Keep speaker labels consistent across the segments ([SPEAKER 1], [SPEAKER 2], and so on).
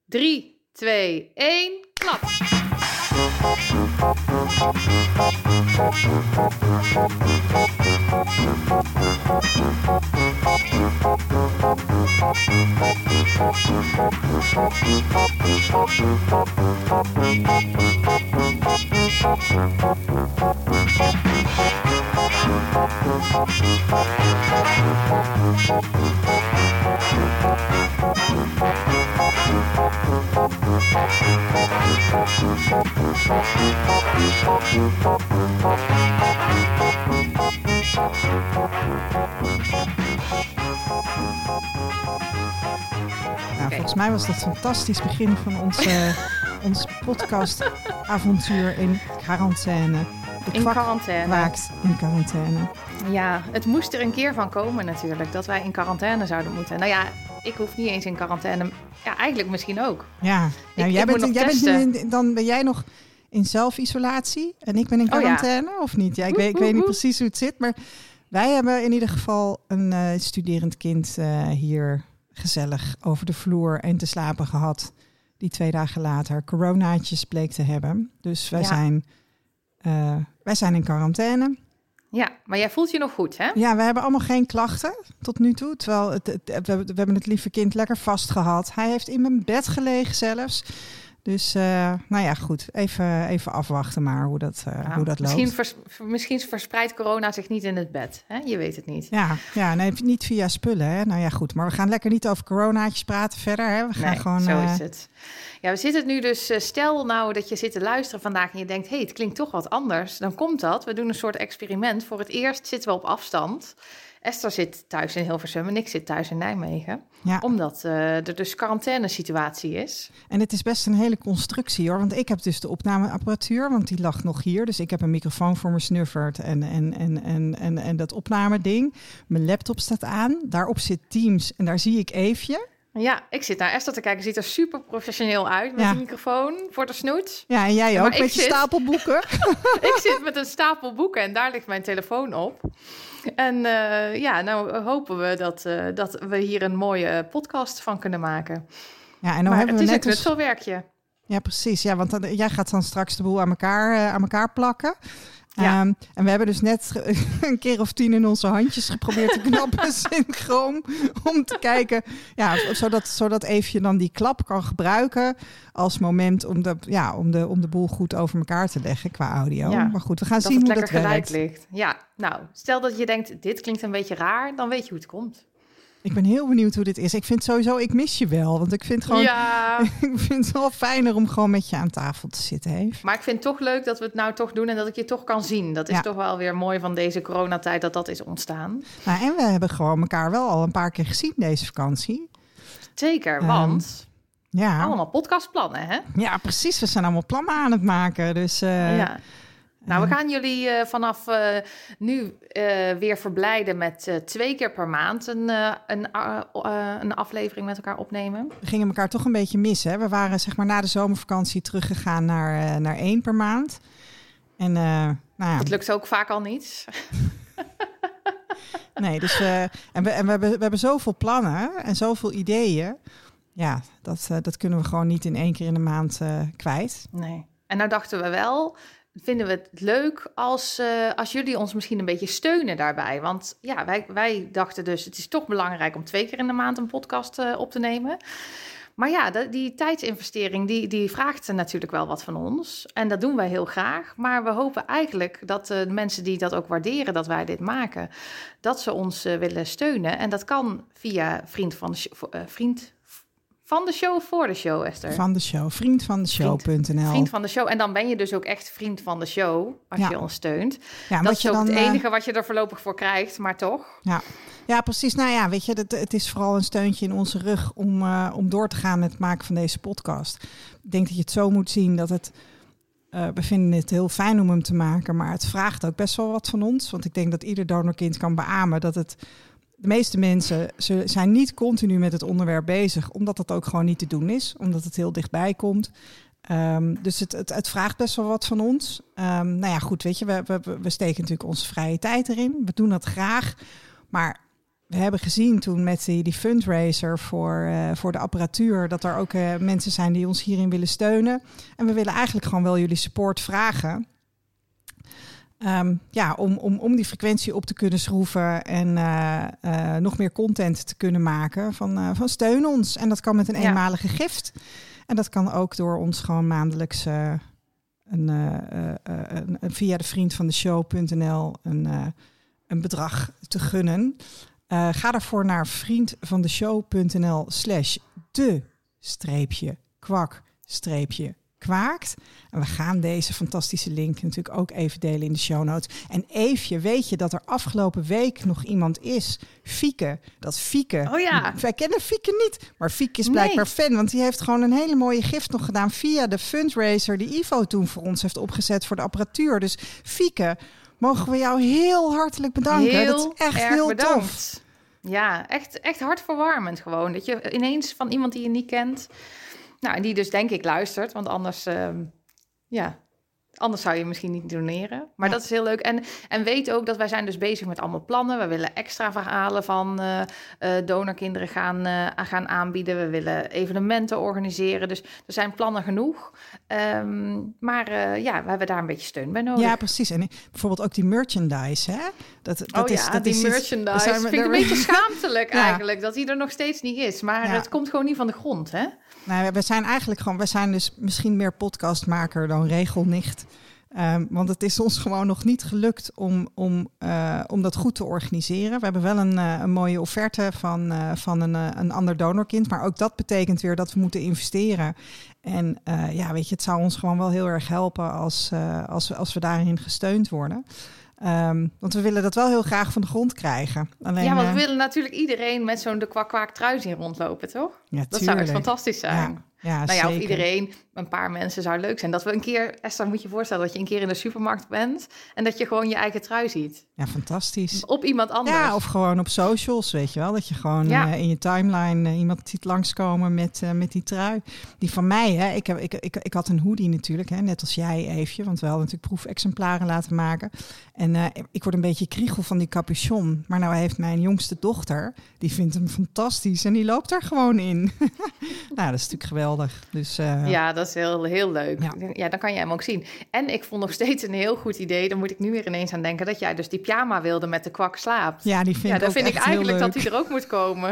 [SPEAKER 1] 3, 2, 1, klap!
[SPEAKER 2] Volgens mij was dat een fantastisch begin van ons podcastavontuur in quarantaine.
[SPEAKER 1] In quarantaine.
[SPEAKER 2] Waakt in quarantaine.
[SPEAKER 1] Ja, het moest er een keer van komen natuurlijk, dat wij in quarantaine zouden moeten. Nou ja, ik hoef niet eens in quarantaine. Ja, eigenlijk misschien ook.
[SPEAKER 2] Ja, dan ben jij nog in zelfisolatie en ik ben in quarantaine, of niet? Ja, ik weet niet precies hoe het zit, maar wij hebben in ieder geval een studerend kind hier gezellig over de vloer en te slapen gehad, die 2 dagen later coronaatjes bleek te hebben. Dus wij zijn in quarantaine.
[SPEAKER 1] Ja, maar jij voelt je nog goed, hè?
[SPEAKER 2] Ja, we hebben allemaal geen klachten tot nu toe. Terwijl we hebben het lieve kind lekker vastgehad. Hij heeft in mijn bed gelegen zelfs. Dus, nou ja, goed. Even afwachten maar hoe dat loopt.
[SPEAKER 1] Misschien verspreidt corona zich niet in het bed. Hè? Je weet het niet.
[SPEAKER 2] Ja, nee, niet via spullen. Hè? Nou ja, goed. Maar we gaan lekker niet over coronaatjes praten verder. Hè? We gaan
[SPEAKER 1] zo is het. Ja, we zitten nu dus... stel nou dat je zit te luisteren vandaag en je denkt... het klinkt toch wat anders. Dan komt dat. We doen een soort experiment. Voor het eerst zitten we op afstand. Esther zit thuis in Hilversum en ik zit thuis in Nijmegen. Ja. Omdat er dus quarantainesituatie is.
[SPEAKER 2] En het is best een hele constructie hoor. Want ik heb dus de opnameapparatuur, want die lag nog hier. Dus ik heb een microfoon voor me snuffert en dat opnameding. Mijn laptop staat aan. Daarop zit Teams en daar zie ik Eefje.
[SPEAKER 1] Ja, ik zit naar Esther te kijken. Ziet er super professioneel uit met een microfoon voor de snoet.
[SPEAKER 2] Ja, en jij ook met je stapel boeken.
[SPEAKER 1] Ik zit met een stapel boeken en daar ligt mijn telefoon op. En nou hopen we dat we hier een mooie podcast van kunnen maken.
[SPEAKER 2] Ja, en dan
[SPEAKER 1] het is een knutselwerkje.
[SPEAKER 2] Ja, precies. Ja, want jij gaat dan straks de boel aan elkaar plakken.
[SPEAKER 1] Ja.
[SPEAKER 2] En we hebben dus net een keer of 10 in onze handjes geprobeerd te knappen synchroon. Om te kijken, zodat Eefje dan die klap kan gebruiken als moment om de boel goed over elkaar te leggen qua audio. Ja, maar goed, we gaan zien hoe dat werkt.
[SPEAKER 1] Ligt. Ja, nou, stel dat je denkt, dit klinkt een beetje raar, dan weet je hoe het komt.
[SPEAKER 2] Ik ben heel benieuwd hoe dit is. Ik vind sowieso, ik mis je wel. Want ik vind gewoon, ik vind het wel fijner om gewoon met je aan tafel te zitten, Heef.
[SPEAKER 1] Maar ik vind het toch leuk dat we het nou toch doen en dat ik je toch kan zien. Dat is toch wel weer mooi van deze coronatijd dat is ontstaan.
[SPEAKER 2] Nou, en we hebben gewoon elkaar wel al een paar keer gezien deze vakantie.
[SPEAKER 1] Zeker, want allemaal podcastplannen, hè? Ja,
[SPEAKER 2] precies. We zijn allemaal plannen aan het maken. Dus
[SPEAKER 1] nou, we gaan jullie vanaf nu weer verblijden met 2 keer per maand een aflevering met elkaar opnemen.
[SPEAKER 2] We gingen elkaar toch een beetje missen. Hè? We waren zeg maar na de zomervakantie teruggegaan naar 1 per maand. En,
[SPEAKER 1] dat lukt ook vaak al niet.
[SPEAKER 2] Nee, dus we hebben zoveel plannen en zoveel ideeën. Ja, dat kunnen we gewoon niet in 1 keer in de maand kwijt.
[SPEAKER 1] Nee. En nou dachten we wel... vinden we het leuk als jullie ons misschien een beetje steunen daarbij. Want ja, wij dachten dus, het is toch belangrijk om 2 keer in de maand een podcast op te nemen. Maar ja, die tijdsinvestering, die vraagt natuurlijk wel wat van ons. En dat doen wij heel graag. Maar we hopen eigenlijk dat de mensen die dat ook waarderen, dat wij dit maken, dat ze ons willen steunen. En dat kan via vriend van de show voor de show, Esther.
[SPEAKER 2] Van de show, vriendvandeshow.nl.
[SPEAKER 1] Vriend van de show. En dan ben je dus ook echt vriend van de show als je ons steunt.
[SPEAKER 2] Ja,
[SPEAKER 1] dat is ook het enige wat je er voorlopig voor krijgt, maar toch?
[SPEAKER 2] Ja, precies. Nou ja, weet je, het is vooral een steuntje in onze rug om door te gaan met het maken van deze podcast. Ik denk dat je het zo moet zien dat het... we vinden het heel fijn om hem te maken, maar het vraagt ook best wel wat van ons. Want ik denk dat ieder donorkind kan beamen dat het... De meeste mensen zijn niet continu met het onderwerp bezig, omdat dat ook gewoon niet te doen is, omdat het heel dichtbij komt. Dus het vraagt best wel wat van ons. Nou ja, goed, weet je, we steken natuurlijk onze vrije tijd erin. We doen dat graag. Maar we hebben gezien toen met die fundraiser voor de apparatuur, dat er ook mensen zijn die ons hierin willen steunen. En we willen eigenlijk gewoon wel jullie support vragen. Om die frequentie op te kunnen schroeven en nog meer content te kunnen maken van steun ons. En dat kan met een eenmalige gift. En dat kan ook door ons gewoon maandelijks via de vriendvandeshow.nl een bedrag te gunnen. Ga daarvoor naar vriendvandeshow.nl/de-kwak-kwaakt. En we gaan deze fantastische link natuurlijk ook even delen in de show notes. En Eefje, weet je dat er afgelopen week nog iemand is? Fieke.
[SPEAKER 1] Oh ja.
[SPEAKER 2] Wij kennen Fieke niet, maar Fieke is blijkbaar fan. Want die heeft gewoon een hele mooie gift nog gedaan via de fundraiser die Ivo toen voor ons heeft opgezet voor de apparatuur. Dus Fieke, mogen we jou heel hartelijk bedanken. Dat is echt heel
[SPEAKER 1] bedankt.
[SPEAKER 2] Tof.
[SPEAKER 1] Ja, echt hartverwarmend gewoon. Dat je ineens van iemand die je niet kent... Nou, en die dus denk ik luistert, want anders zou je misschien niet doneren. Maar dat is heel leuk. En weet ook dat wij zijn dus bezig met allemaal plannen. We willen extra verhalen van donorkinderen gaan aanbieden. We willen evenementen organiseren. Dus er zijn plannen genoeg. We hebben daar een beetje steun bij nodig.
[SPEAKER 2] Ja, precies. En bijvoorbeeld ook die merchandise, hè? Dat
[SPEAKER 1] die merchandise. Vind ik een beetje schaamtelijk eigenlijk, dat die er nog steeds niet is. Maar het komt gewoon niet van de grond, hè?
[SPEAKER 2] Nou, we zijn dus misschien meer podcastmaker dan regelnicht. Want het is ons gewoon nog niet gelukt om dat goed te organiseren. We hebben wel een mooie offerte van een ander donorkind. Maar ook dat betekent weer dat we moeten investeren. En het zou ons gewoon wel heel erg helpen als we daarin gesteund worden. Want we willen dat wel heel graag van de grond krijgen.
[SPEAKER 1] Alleen, want we willen natuurlijk iedereen met zo'n de kwak-kwaak trui zien rondlopen, toch?
[SPEAKER 2] Ja,
[SPEAKER 1] dat zou echt fantastisch zijn.
[SPEAKER 2] Ja,
[SPEAKER 1] of iedereen, een paar mensen zou leuk zijn. Dat we een keer, Esther, moet je voorstellen dat je een keer in de supermarkt bent en dat je gewoon je eigen trui ziet.
[SPEAKER 2] Ja, fantastisch.
[SPEAKER 1] Op iemand anders.
[SPEAKER 2] Ja, of gewoon op socials, weet je wel. Dat je gewoon in je timeline iemand ziet langskomen met die trui. Die van mij, hè. Ik had een hoodie natuurlijk, hè, net als jij, Eefje. Want we hadden natuurlijk proefexemplaren laten maken. En ik word een beetje kriegel van die capuchon. Maar nou heeft mijn jongste dochter, die vindt hem fantastisch en die loopt er gewoon in. Nou, dat is natuurlijk geweldig. Dus,
[SPEAKER 1] ja, dat is heel, heel leuk. Ja, dan kan je hem ook zien. En ik vond nog steeds een heel goed idee, daar moet ik nu weer ineens aan denken, dat jij dus die pyjama wilde met de kwak slaapt.
[SPEAKER 2] Ja, die vind ik ook
[SPEAKER 1] ik eigenlijk dat die er ook moet komen.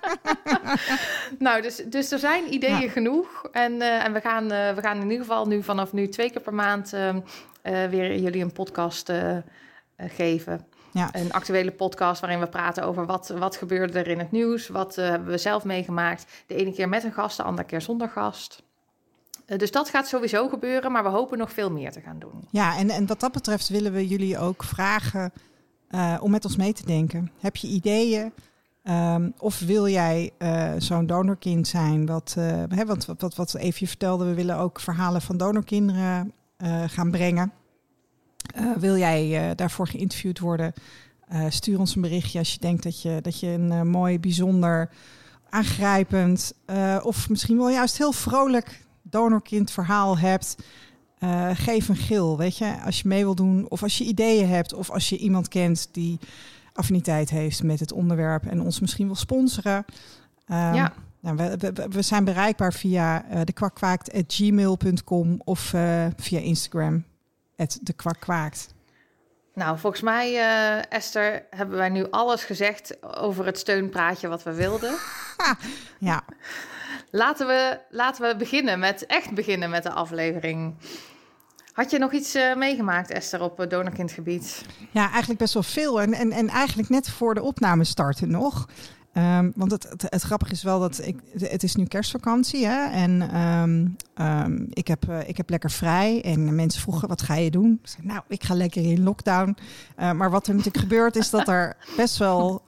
[SPEAKER 1] Nou, dus er zijn ideeën genoeg. En we gaan in ieder geval nu vanaf nu 2 keer per maand weer jullie een podcast geven. Ja. Een actuele podcast waarin we praten over wat gebeurde er in het nieuws. Wat hebben we zelf meegemaakt. De ene keer met een gast, de andere keer zonder gast. Dus dat gaat sowieso gebeuren, maar we hopen nog veel meer te gaan doen.
[SPEAKER 2] Ja, en wat dat betreft willen we jullie ook vragen om met ons mee te denken. Heb je ideeën? Of wil jij zo'n donorkind zijn? Wat Eefje vertelde, we willen ook verhalen van donorkinderen gaan brengen. Wil jij daarvoor geïnterviewd worden? Stuur ons een berichtje als je denkt dat je een mooi, bijzonder, aangrijpend of misschien wel juist heel vrolijk donorkind verhaal hebt. Geef een gil, weet je, als je mee wil doen of als je ideeën hebt of als je iemand kent die affiniteit heeft met het onderwerp en ons misschien wil sponsoren. Nou, we zijn bereikbaar via dekwakwaakt@gmail.com of via Instagram @dekwakwaakt.
[SPEAKER 1] Nou, volgens mij, Esther, hebben wij nu alles gezegd over het steunpraatje wat we wilden.
[SPEAKER 2] Ja.
[SPEAKER 1] Laten we beginnen met de aflevering. Had je nog iets meegemaakt, Esther, op donorkindgebied?
[SPEAKER 2] Ja, eigenlijk best wel veel. En eigenlijk net voor de opname starten nog. Want het grappige is wel dat het is nu kerstvakantie, hè? En ik heb lekker vrij. En mensen vroegen, wat ga je doen? Ik zei, nou, ik ga lekker in lockdown. Maar wat er natuurlijk gebeurt is dat er best wel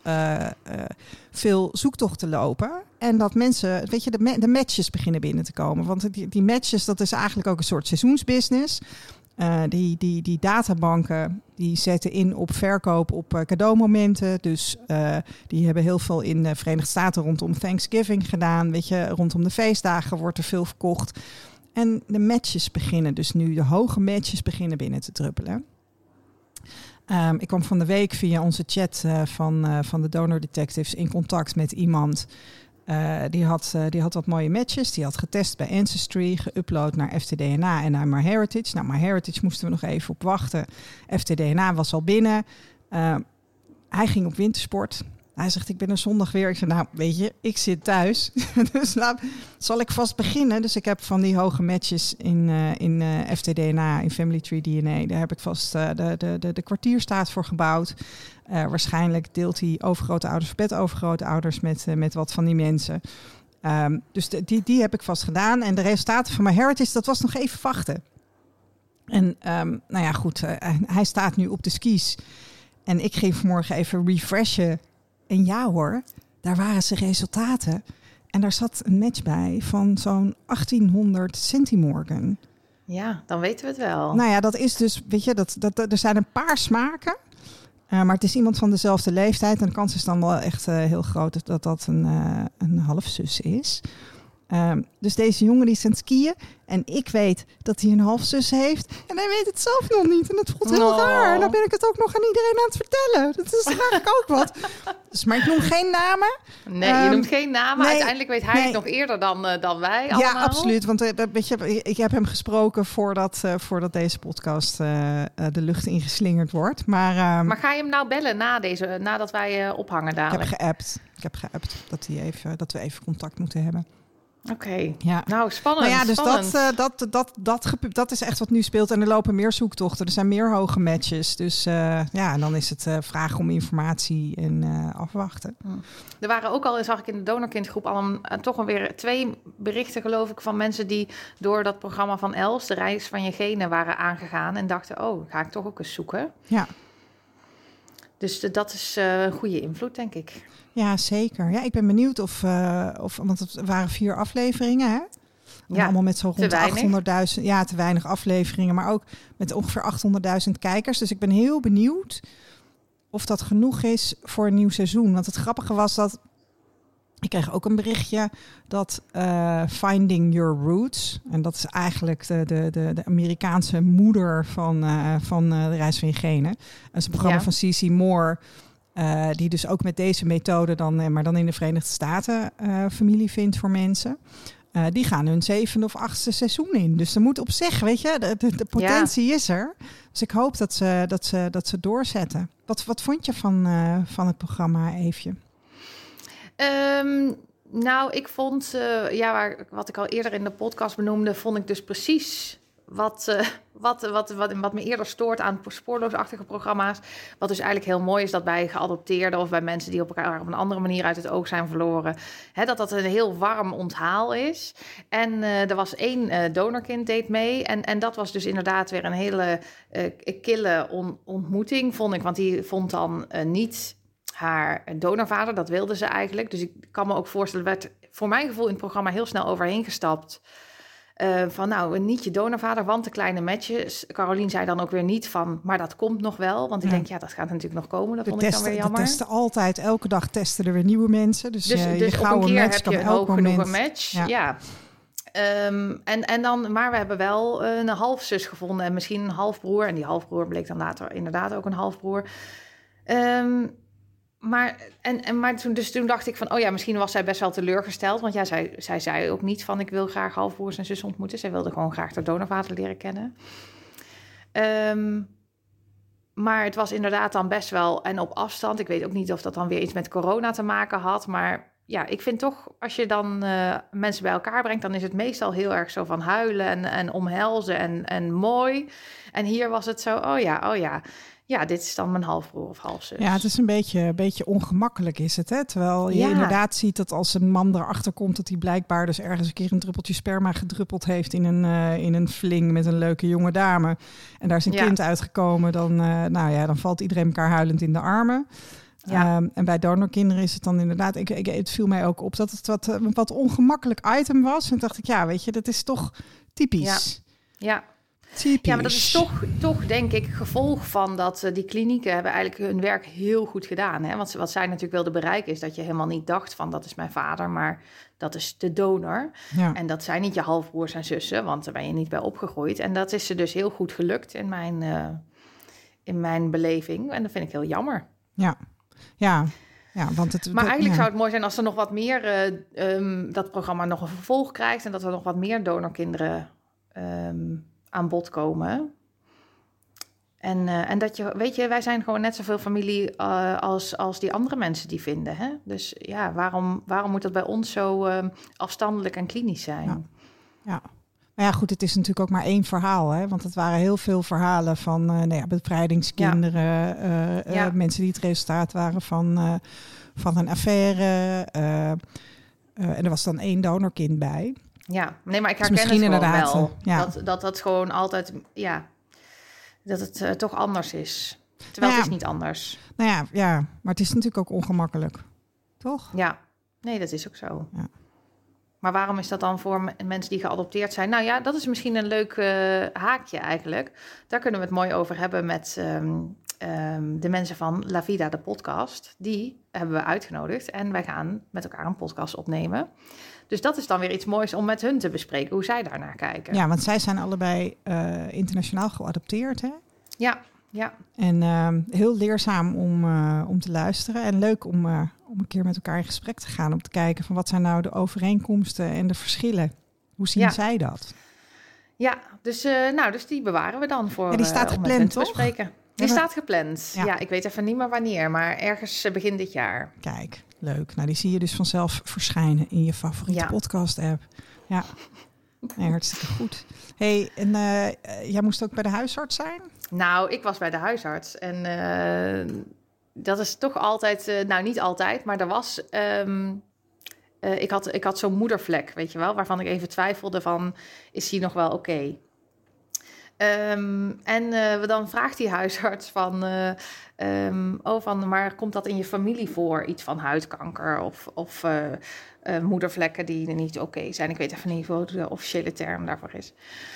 [SPEAKER 2] veel zoektochten lopen. En dat mensen, weet je, de matches beginnen binnen te komen. Want die matches, dat is eigenlijk ook een soort seizoensbusiness. Die databanken die zetten in op verkoop op cadeaumomenten. Dus die hebben heel veel in de Verenigde Staten rondom Thanksgiving gedaan. Weet je, rondom de feestdagen wordt er veel verkocht. En de matches beginnen dus nu, de hoge matches beginnen binnen te druppelen. Ik kwam van de week via onze chat van de Donor Detectives in contact met iemand. Die had wat mooie matches. Die had getest bij Ancestry, geüpload naar FTDNA en naar MyHeritage. Nou, MyHeritage moesten we nog even op wachten. FTDNA was al binnen. Hij ging op wintersport. Hij zegt, ik ben een zondag weer. Ik zei, nou, weet je, ik zit thuis. Dus zal ik vast beginnen. Dus ik heb van die hoge matches in FTDNA, in Family Tree DNA... daar heb ik vast de kwartierstaat voor gebouwd. Waarschijnlijk deelt hij overgrootouders of bedovergrootouders met wat van die mensen. Dus die heb ik vast gedaan. En de resultaten van MyHeritage, dat was nog even wachten. En nou ja, goed, hij staat nu op de skis. En ik ging vanmorgen even refreshen. En ja hoor, daar waren zijn resultaten. En daar zat een match bij van zo'n 1800 centimorgan.
[SPEAKER 1] Ja, dan weten we het wel.
[SPEAKER 2] Nou ja, dat is dus, weet je, er zijn een paar smaken. Maar het is iemand van dezelfde leeftijd. En de kans is dan wel echt heel groot dat dat een halfzus is. Dus deze jongen die is aan het skiën. En ik weet dat hij een halfzus heeft. En hij weet het zelf nog niet. En dat voelt heel raar. En dan ben ik het ook nog aan iedereen aan het vertellen. Dat is eigenlijk ook wat. Dus, maar ik noem geen namen.
[SPEAKER 1] Nee, je noemt geen namen. Nee, uiteindelijk weet hij het nog eerder dan wij allemaal.
[SPEAKER 2] Ja, absoluut. Want ik heb hem gesproken voordat deze podcast de lucht ingeslingerd wordt. Maar
[SPEAKER 1] ga je hem nou bellen nadat wij ophangen dadelijk?
[SPEAKER 2] Ik heb geappt dat we even contact moeten hebben.
[SPEAKER 1] Oké.
[SPEAKER 2] Ja.
[SPEAKER 1] Nou, spannend.
[SPEAKER 2] Nou ja, dus
[SPEAKER 1] spannend.
[SPEAKER 2] dat is echt wat nu speelt. En er lopen meer zoektochten. Er zijn meer hoge matches. Dus en dan is het vragen om informatie en afwachten.
[SPEAKER 1] Er waren ook al, zag ik in de donorkindgroep, toch alweer 2 berichten, geloof ik, van mensen die door dat programma van Els, de reis van je genen, waren aangegaan en dachten, ga ik toch ook eens zoeken.
[SPEAKER 2] Ja.
[SPEAKER 1] Dus dat is een goede invloed, denk ik.
[SPEAKER 2] Ja, zeker. Ja, ik ben benieuwd of want het waren 4 afleveringen, hè? Ja, allemaal met zo rond 800.000. Ja, te weinig afleveringen, maar ook met ongeveer 800.000 kijkers. Dus ik ben heel benieuwd of dat genoeg is voor een nieuw seizoen. Want het grappige was dat ik kreeg ook een berichtje dat Finding Your Roots, en dat is eigenlijk de Amerikaanse moeder van de reis van je genen. Dat is een programma van C.C. Moore. Die dus ook met deze methode maar dan in de Verenigde Staten familie vindt voor mensen. Die gaan hun 7e of 8e seizoen in. Dus er moet op zich, weet je, de potentie is er. Dus ik hoop dat ze doorzetten. Wat vond je van het programma, Eefje?
[SPEAKER 1] Nou, ik vond, wat ik al eerder in de podcast benoemde, vond ik dus precies wat me eerder stoort aan spoorloosachtige programma's. Wat dus eigenlijk heel mooi is, dat bij geadopteerden of bij mensen die op elkaar op een andere manier uit het oog zijn verloren, dat een heel warm onthaal is. En er was 1 donorkind deed mee. En dat was dus inderdaad weer een hele kille ontmoeting, vond ik. Want die vond dan niet haar donorvader, dat wilde ze eigenlijk. Dus ik kan me ook voorstellen, werd voor mijn gevoel in het programma heel snel overheen gestapt. Van niet je donorvader, want de kleine matches. Carolien zei dan ook weer niet van, maar dat komt nog wel. Want ik denk, dat gaat natuurlijk nog komen. Dat vond ik dan weer jammer.
[SPEAKER 2] De testen altijd, elke dag testen er weer nieuwe mensen. Dus je gouden
[SPEAKER 1] op een keer
[SPEAKER 2] match
[SPEAKER 1] heb je een hoog genoeg een match. Ja. Maar we hebben wel een halfzus gevonden en misschien een halfbroer. En die halfbroer bleek dan later inderdaad ook een halfbroer. Maar toen dacht ik van, misschien was zij best wel teleurgesteld. Want zij zei ook niet van, ik wil graag halfbroers en zussen ontmoeten. Zij wilde gewoon graag haar donorvader leren kennen. Maar het was inderdaad dan best wel en op afstand. Ik weet ook niet of dat dan weer iets met corona te maken had. Maar ja, ik vind toch, als je dan mensen bij elkaar brengt, dan is het meestal heel erg zo van huilen en omhelzen en mooi. En hier was het zo, oh ja. Ja, dit is dan mijn halfbroer of halfzus.
[SPEAKER 2] Ja, het is een beetje ongemakkelijk is het, hè? Terwijl je inderdaad ziet dat als een man erachter komt, dat hij blijkbaar dus ergens een keer een druppeltje sperma gedruppeld heeft in een fling met een leuke jonge dame. En daar is een kind uitgekomen, dan valt iedereen elkaar huilend in de armen. Ja. En bij donorkinderen is het dan inderdaad, het viel mij ook op dat het wat ongemakkelijk item was. En dacht ik, weet je, dat is toch typisch.
[SPEAKER 1] Ja.
[SPEAKER 2] Typisch.
[SPEAKER 1] Ja, maar dat is toch denk ik gevolg van dat die klinieken hebben eigenlijk hun werk heel goed gedaan. Hè? Want wat zij natuurlijk wilden bereiken is dat je helemaal niet dacht van dat is mijn vader, maar dat is de donor. Ja. En dat zijn niet je halfbroers en zussen, want daar ben je niet bij opgegroeid. En dat is ze dus heel goed gelukt in in mijn beleving. En dat vind ik heel jammer.
[SPEAKER 2] Ja, want het...
[SPEAKER 1] Maar eigenlijk zou het mooi zijn als er nog wat meer... dat programma nog een vervolg krijgt... en dat er nog wat meer donorkinderen aan bod komen. En dat je... Weet je, wij zijn gewoon net zoveel familie als die andere mensen die vinden. Hè? Dus ja, waarom moet dat bij ons zo afstandelijk en klinisch zijn?
[SPEAKER 2] Ja. Maar ja, goed, het is natuurlijk ook maar één verhaal. Hè? Want het waren heel veel verhalen van bevrijdingskinderen. Mensen die het resultaat waren van een affaire. En er was dan 1 donorkind bij.
[SPEAKER 1] Ja, nee, maar ik
[SPEAKER 2] dus
[SPEAKER 1] herken het gewoon
[SPEAKER 2] inderdaad
[SPEAKER 1] wel.
[SPEAKER 2] Ja.
[SPEAKER 1] Dat gewoon altijd, dat het toch anders is. Terwijl het is niet anders.
[SPEAKER 2] Nou ja, maar het is natuurlijk ook ongemakkelijk. Toch?
[SPEAKER 1] Ja, nee, dat is ook zo.
[SPEAKER 2] Ja.
[SPEAKER 1] Maar waarom is dat dan voor mensen die geadopteerd zijn? Nou ja, dat is misschien een leuk haakje eigenlijk. Daar kunnen we het mooi over hebben met de mensen van La Vida, de podcast. Die hebben we uitgenodigd en wij gaan met elkaar een podcast opnemen. Dus dat is dan weer iets moois om met hun te bespreken, hoe zij daarnaar kijken.
[SPEAKER 2] Ja, want zij zijn allebei internationaal geadopteerd, hè?
[SPEAKER 1] Ja.
[SPEAKER 2] En heel leerzaam om te luisteren. En leuk om een keer met elkaar in gesprek te gaan. Om te kijken van wat zijn nou de overeenkomsten en de verschillen. Hoe zien zij dat?
[SPEAKER 1] Ja, dus die bewaren we dan voor
[SPEAKER 2] die staat gepland,
[SPEAKER 1] te bespreken. Die staat gepland.
[SPEAKER 2] Ja.
[SPEAKER 1] Ja, ik weet even niet meer wanneer, maar ergens begin dit jaar.
[SPEAKER 2] Kijk, leuk. Nou, die zie je dus vanzelf verschijnen in je favoriete podcast-app. Ja, nee, hartstikke goed. Hey, en jij moest ook bij de huisarts zijn?
[SPEAKER 1] Nou, ik was bij de huisarts en dat is toch altijd, niet altijd, maar er was... Ik had zo'n moedervlek, weet je wel, waarvan ik even twijfelde van, is die nog wel oké? Dan vraagt die huisarts maar komt dat in je familie voor? Iets van huidkanker of moedervlekken die niet oké zijn. Ik weet even niet wat de officiële term daarvoor is.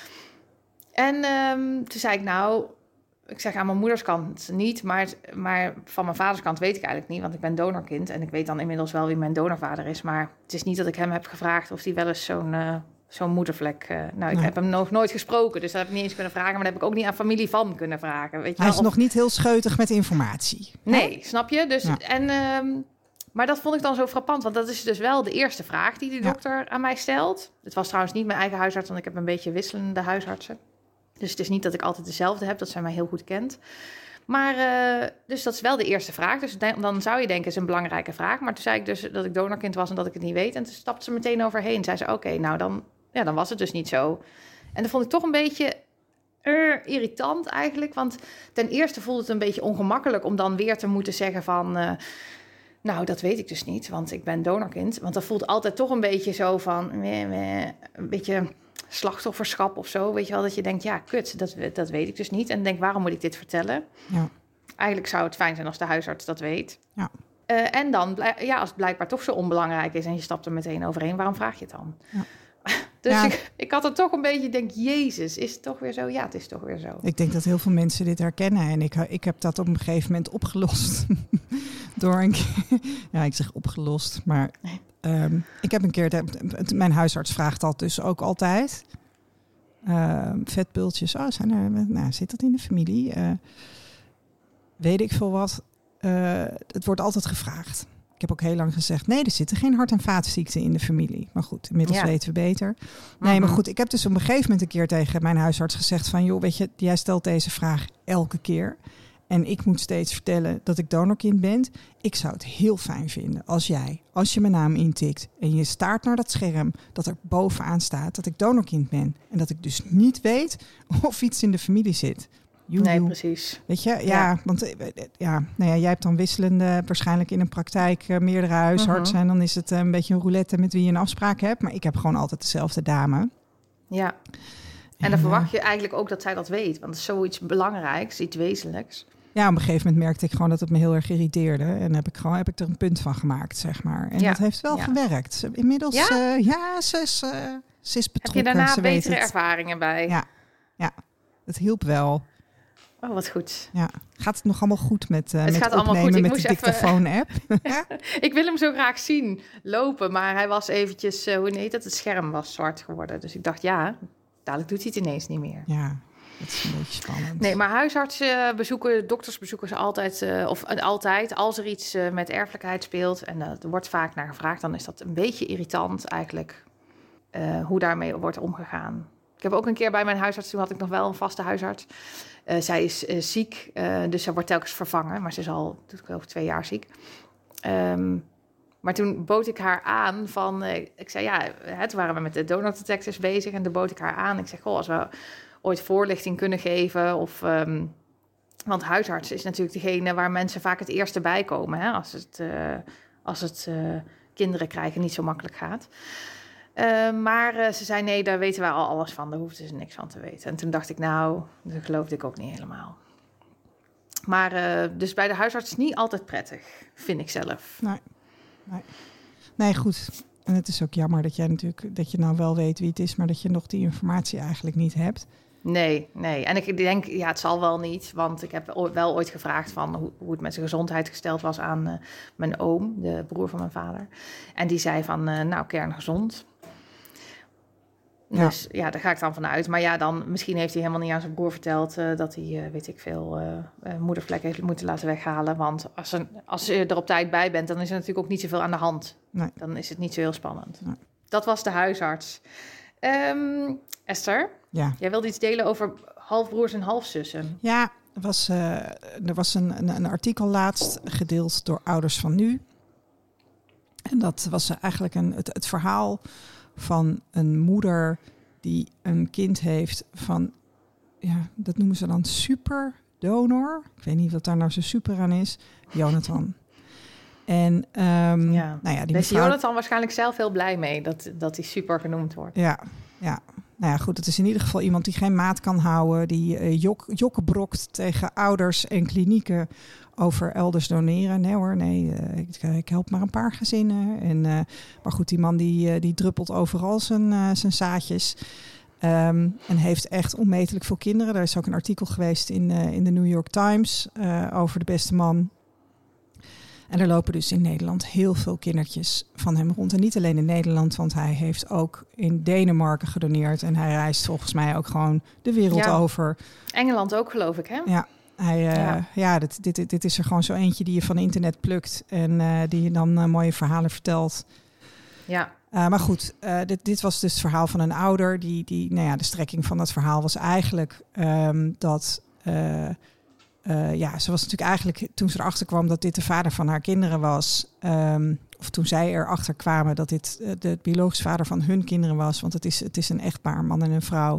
[SPEAKER 1] En toen zei ik zeg aan mijn moeders kant niet, maar van mijn vaders kant weet ik eigenlijk niet, want ik ben donorkind en ik weet dan inmiddels wel wie mijn donorvader is, maar het is niet dat ik hem heb gevraagd of hij wel eens zo'n moedervlek... ik heb hem nog nooit gesproken, dus dat heb ik niet eens kunnen vragen, maar dat heb ik ook niet aan familie van kunnen vragen. Weet je
[SPEAKER 2] Hij is nog niet heel scheutig met informatie.
[SPEAKER 1] Nee, hè? Snap je? Dus, maar dat vond ik dan zo frappant, want dat is dus wel de eerste vraag die dokter aan mij stelt. Het was trouwens niet mijn eigen huisarts, want ik heb een beetje wisselende huisartsen. Dus het is niet dat ik altijd dezelfde heb, dat zij mij heel goed kent. Maar, dus dat is wel de eerste vraag. Dus dan zou je denken, is een belangrijke vraag. Maar toen zei ik dus dat ik donorkind was en dat ik het niet weet. En toen stapte ze meteen overheen. Zei ze, oké, nou dan was het dus niet zo. En dat vond ik toch een beetje irritant eigenlijk. Want ten eerste voelde het een beetje ongemakkelijk om dan weer te moeten zeggen van... dat weet ik dus niet, want ik ben donorkind. Want dat voelt altijd toch een beetje zo van... een beetje... slachtofferschap of zo, weet je wel, dat je denkt, ja, kut, dat weet ik dus niet. En denk, waarom moet ik dit vertellen? Ja. Eigenlijk zou het fijn zijn als de huisarts dat weet. Ja. En dan, als het blijkbaar toch zo onbelangrijk is en je stapt er meteen overheen, waarom vraag je het dan? Ja. Dus ik had het toch een beetje, denk, Jezus, is het toch weer zo? Ja, het is toch weer zo.
[SPEAKER 2] Ik denk dat heel veel mensen dit herkennen en ik heb dat op een gegeven moment opgelost. Door een keer, ik zeg opgelost, maar... ik heb een keer, mijn huisarts vraagt dat dus ook altijd. Vetpultjes, zit dat in de familie? Weet ik veel wat. Het wordt altijd gevraagd. Ik heb ook heel lang gezegd, nee, er zitten geen hart- en vaatziekten in de familie. Maar goed, inmiddels weten we beter. Nee, maar goed, ik heb dus op een gegeven moment een keer tegen mijn huisarts gezegd van... joh, weet je, jij stelt deze vraag elke keer... En ik moet steeds vertellen dat ik donorkind ben. Ik zou het heel fijn vinden als je mijn naam intikt... en je staart naar dat scherm, dat er bovenaan staat dat ik donorkind ben. En dat ik dus niet weet of iets in de familie zit.
[SPEAKER 1] Nee, precies.
[SPEAKER 2] Weet je, want jij hebt dan wisselende... waarschijnlijk in een praktijk meerdere huisartsen... en dan is het een beetje een roulette met wie je een afspraak hebt. Maar ik heb gewoon altijd dezelfde dame.
[SPEAKER 1] Ja. En dan verwacht je eigenlijk ook dat zij dat weet. Want het is zoiets belangrijks, iets wezenlijks.
[SPEAKER 2] Ja, op een gegeven moment merkte ik gewoon dat het me heel erg irriteerde. En heb ik er een punt van gemaakt, zeg maar. En dat heeft wel gewerkt. Inmiddels, ze is betrokken.
[SPEAKER 1] Heb je daarna betere ervaringen bij?
[SPEAKER 2] Ja, het hielp wel.
[SPEAKER 1] Oh, wat goed.
[SPEAKER 2] Ja. Gaat het nog allemaal goed met het
[SPEAKER 1] gaat
[SPEAKER 2] opnemen met de dictafoon-app?
[SPEAKER 1] Ik wil hem zo graag zien lopen, maar hij was eventjes, het scherm was zwart geworden. Dus ik dacht, dadelijk doet hij het ineens niet meer.
[SPEAKER 2] Ja, Dat is een beetje spannend.
[SPEAKER 1] Nee, maar huisartsenbezoeken, doktersbezoeken is altijd, als er iets met erfelijkheid speelt en er wordt vaak naar gevraagd, dan is dat een beetje irritant eigenlijk, hoe daarmee wordt omgegaan. Ik heb ook een keer bij mijn huisarts, toen had ik nog wel een vaste huisarts. Zij is ziek, dus zij wordt telkens vervangen, maar ze is al, ik geloof, 2 jaar ziek. Maar toen bood ik haar aan van, ik zei toen waren we met de donor detectives bezig en toen bood ik haar aan. Ik zeg, als we ooit voorlichting kunnen geven want huisarts is natuurlijk degene waar mensen vaak het eerste bij komen, hè, als het kinderen krijgen niet zo makkelijk gaat. Maar ze zei, nee, daar weten wij al alles van. Daar hoefden ze niks van te weten. En toen dacht ik, dat geloofde ik ook niet helemaal. Maar dus bij de huisarts is niet altijd prettig, vind ik zelf.
[SPEAKER 2] Nee, goed. En het is ook jammer dat je nou wel weet wie het is, maar dat je nog die informatie eigenlijk niet hebt.
[SPEAKER 1] Nee. En ik denk, het zal wel niet. Want ik heb wel ooit gevraagd van hoe het met zijn gezondheid gesteld was aan mijn oom, de broer van mijn vader. En die zei van, kerngezond. Ja. Dus daar ga ik dan vanuit. Maar dan misschien heeft hij helemaal niet aan zijn broer verteld dat hij, moedervlek heeft moeten laten weghalen. Want als je er op tijd bij bent, dan is er natuurlijk ook niet zoveel aan de hand. Nee. Dan is het niet zo heel spannend. Nee. Dat was de huisarts. Esther, jij wilde iets delen over halfbroers en halfzussen.
[SPEAKER 2] Ja, er was een artikel laatst gedeeld door Ouders van Nu. En dat was eigenlijk het verhaal van een moeder die een kind heeft van, dat noemen ze dan superdonor. Ik weet niet wat daar nou zo super aan is. Jonathan. En die
[SPEAKER 1] is Jonathan waarschijnlijk zelf heel blij mee dat hij super genoemd wordt.
[SPEAKER 2] Ja. Nou ja, goed, het is in ieder geval iemand die geen maat kan houden, die jokken brokt tegen ouders en klinieken over elders doneren. Nee, ik help maar een paar gezinnen. Maar goed, die man die druppelt overal zijn zaadjes. En heeft echt onmetelijk veel kinderen. Er is ook een artikel geweest in de New York Times over de beste man. En er lopen dus in Nederland heel veel kindertjes van hem rond. En niet alleen in Nederland, want hij heeft ook in Denemarken gedoneerd. En hij reist volgens mij ook gewoon de wereld over.
[SPEAKER 1] Engeland ook, geloof ik, hè?
[SPEAKER 2] Ja, dit is er gewoon zo eentje die je van internet plukt. En die je dan mooie verhalen vertelt.
[SPEAKER 1] Ja.
[SPEAKER 2] Maar goed, dit was dus het verhaal van een ouder. De strekking van dat verhaal was eigenlijk dat... ze was natuurlijk eigenlijk, toen ze erachter kwam dat dit de vader van haar kinderen was, of toen zij erachter kwamen dat dit de biologische vader van hun kinderen was, want het is een echtpaar, een man en een vrouw.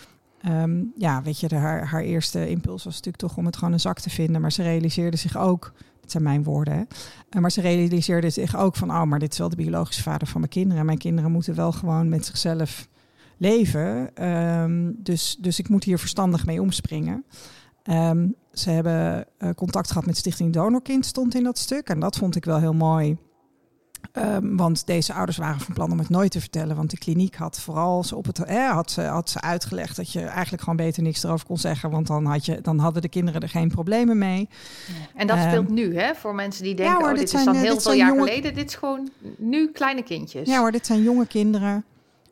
[SPEAKER 2] Haar eerste impuls was natuurlijk toch om het gewoon een zak te vinden, maar ze realiseerde zich ook, dit zijn mijn woorden, maar ze realiseerde zich ook van, maar dit is wel de biologische vader van mijn kinderen. Mijn kinderen moeten wel gewoon met zichzelf leven, dus ik moet hier verstandig mee omspringen. Ze hebben contact gehad met Stichting Donorkind, stond in dat stuk. En dat vond ik wel heel mooi. Want deze ouders waren van plan om het nooit te vertellen. Want de kliniek had vooral had ze uitgelegd dat je eigenlijk gewoon beter niks erover kon zeggen. Want dan hadden de kinderen er geen problemen mee.
[SPEAKER 1] Ja. En dat speelt nu, hè? Voor mensen die denken, dit is dan heel veel jaar geleden. Dit is gewoon nu kleine kindjes.
[SPEAKER 2] Ja hoor, dit zijn jonge kinderen.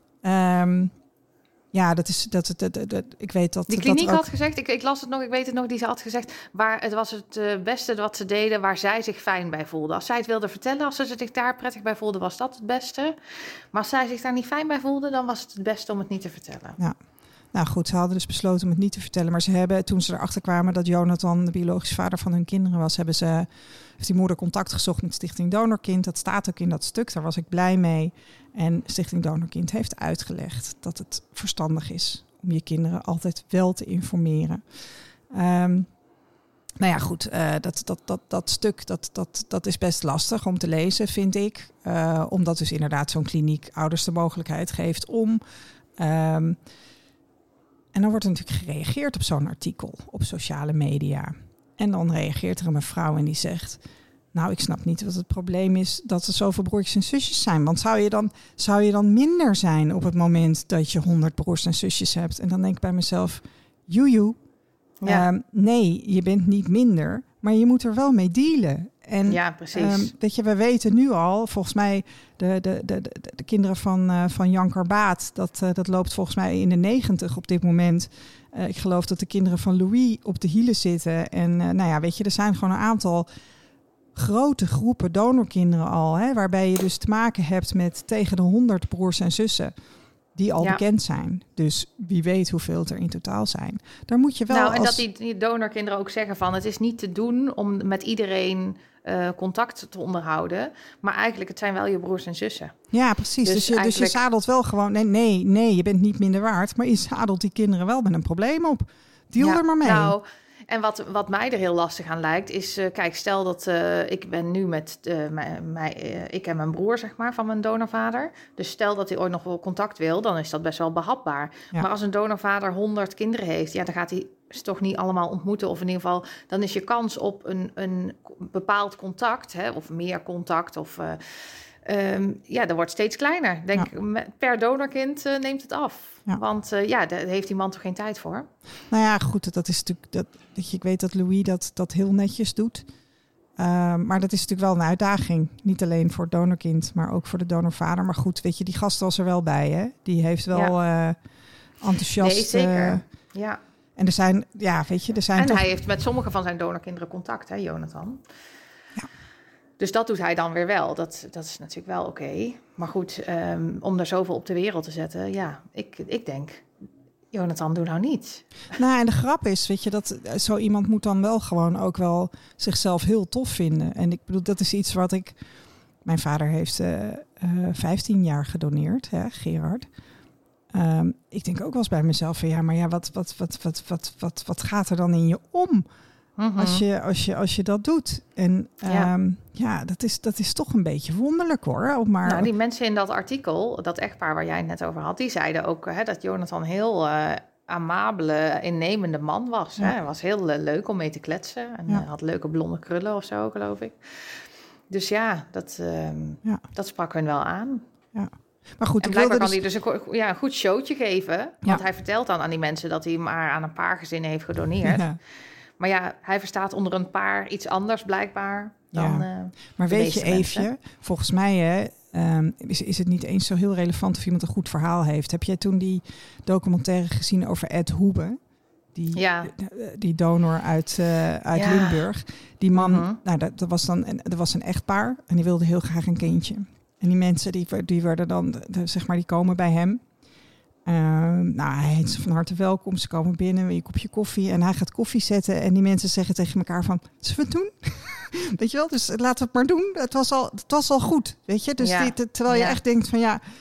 [SPEAKER 2] Ik weet dat...
[SPEAKER 1] Die kliniek
[SPEAKER 2] dat
[SPEAKER 1] had gezegd, ik las het nog, ik weet het nog, die ze had gezegd, het was het beste wat ze deden, waar zij zich fijn bij voelde. Als zij het wilde vertellen, als ze zich daar prettig bij voelde, was dat het beste. Maar als zij zich daar niet fijn bij voelde, dan was het beste om het niet te vertellen.
[SPEAKER 2] Ja. Nou goed, ze hadden dus besloten om het niet te vertellen. Maar ze hebben, toen ze erachter kwamen dat Jonathan de biologische vader van hun kinderen was, heeft die moeder contact gezocht met Stichting Donorkind. Dat staat ook in dat stuk, daar was ik blij mee. En Stichting Donorkind heeft uitgelegd dat het verstandig is om je kinderen altijd wel te informeren. Dat stuk, dat is best lastig om te lezen, vind ik. Omdat dus inderdaad zo'n kliniek ouders de mogelijkheid geeft om... En dan wordt er natuurlijk gereageerd op zo'n artikel op sociale media. En dan reageert er een mevrouw en die zegt... Nou, ik snap niet wat het probleem is dat er zoveel broertjes en zusjes zijn. Want zou je dan minder zijn op het moment dat je 100 broers en zusjes hebt? En dan denk ik bij mezelf, joejoe. Ja. Nee, je bent niet minder, maar je moet er wel mee dealen. En
[SPEAKER 1] ja, precies.
[SPEAKER 2] weet je, we weten nu al, volgens mij de kinderen van Jan Karbaat, dat loopt volgens mij in de 90 op dit moment. Ik geloof dat de kinderen van Louis op de hielen zitten. En nou ja, weet je, er zijn gewoon een aantal grote groepen donorkinderen al, hè, waarbij je dus te maken hebt met tegen de 100 broers en zussen die al bekend zijn. Dus wie weet hoeveel het er in totaal zijn. Daar moet je wel.
[SPEAKER 1] Nou, en dat die donorkinderen ook zeggen van, het is niet te doen om met iedereen contact te onderhouden, maar eigenlijk het zijn wel je broers en zussen.
[SPEAKER 2] Ja, precies. Dus je zadelt wel gewoon, nee, je bent niet minder waard, maar je zadelt die kinderen wel met een probleem op. Deal er maar mee.
[SPEAKER 1] Nou, en wat mij er heel lastig aan lijkt is, kijk, stel dat ik ben nu met ik en mijn broer, zeg maar, van mijn donorvader. Dus stel dat hij ooit nog wel contact wil, dan is dat best wel behapbaar. Ja. Maar als een donorvader 100 kinderen heeft, ja, dan gaat hij ze toch niet allemaal ontmoeten. Of in ieder geval, dan is je kans op een bepaald contact, hè, of meer contact, of dat wordt steeds kleiner. Denk, per donorkind neemt het af. Ja. Want daar heeft die man toch geen tijd voor?
[SPEAKER 2] Nou ja, goed, dat is natuurlijk ik weet dat Louis dat heel netjes doet. Maar dat is natuurlijk wel een uitdaging. Niet alleen voor het donorkind, maar ook voor de donorvader. Maar goed, weet je, die gast was er wel bij, hè? Die heeft wel enthousiast.
[SPEAKER 1] Nee, zeker. Ja.
[SPEAKER 2] En er zijn, weet je,
[SPEAKER 1] En hij heeft met sommige van zijn donorkinderen contact, hè, Jonathan? Ja. Dus dat doet hij dan weer wel. Dat is natuurlijk wel oké. Maar goed, om er zoveel op de wereld te zetten, ja, ik denk, Jonathan, doe nou niet.
[SPEAKER 2] Nou, en de grap is, weet je, dat zo iemand moet dan wel gewoon ook wel zichzelf heel tof vinden. En ik bedoel, dat is iets wat mijn vader heeft 15 jaar gedoneerd, hè, Gerard. Ik denk ook wel eens bij mezelf van, ja, maar ja, wat gaat er dan in je om? Als je dat doet. En dat is toch een beetje wonderlijk, hoor.
[SPEAKER 1] Nou, die mensen in dat artikel, dat echtpaar waar jij het net over had, die zeiden ook dat Jonathan heel amabele, innemende man was. Ja. Hè? Hij was heel leuk om mee te kletsen. En had leuke blonde krullen of zo, geloof ik. Dus ja, dat sprak hun wel aan.
[SPEAKER 2] Ja. Maar goed,
[SPEAKER 1] en blijkbaar kan hij dus een goed showtje geven. Want hij vertelt dan aan die mensen dat hij maar aan een paar gezinnen heeft gedoneerd. Ja. Maar ja, hij verstaat onder een paar iets anders blijkbaar dan
[SPEAKER 2] maar weet je, Eefje, volgens mij is het niet eens zo heel relevant of iemand een goed verhaal heeft. Heb jij toen die documentaire gezien over Ed Hoebe? Die donor uit Limburg. Die man, dat was een echtpaar en die wilde heel graag een kindje. En die mensen die werden dan, zeg maar, die komen bij hem. Hij heet ze van harte welkom. Ze komen binnen met een kopje koffie. En hij gaat koffie zetten. En die mensen zeggen tegen elkaar van, zullen we het doen? Weet je wel? Dus laten we het maar doen. Het was al goed. Weet je? Dus terwijl je echt denkt van ja,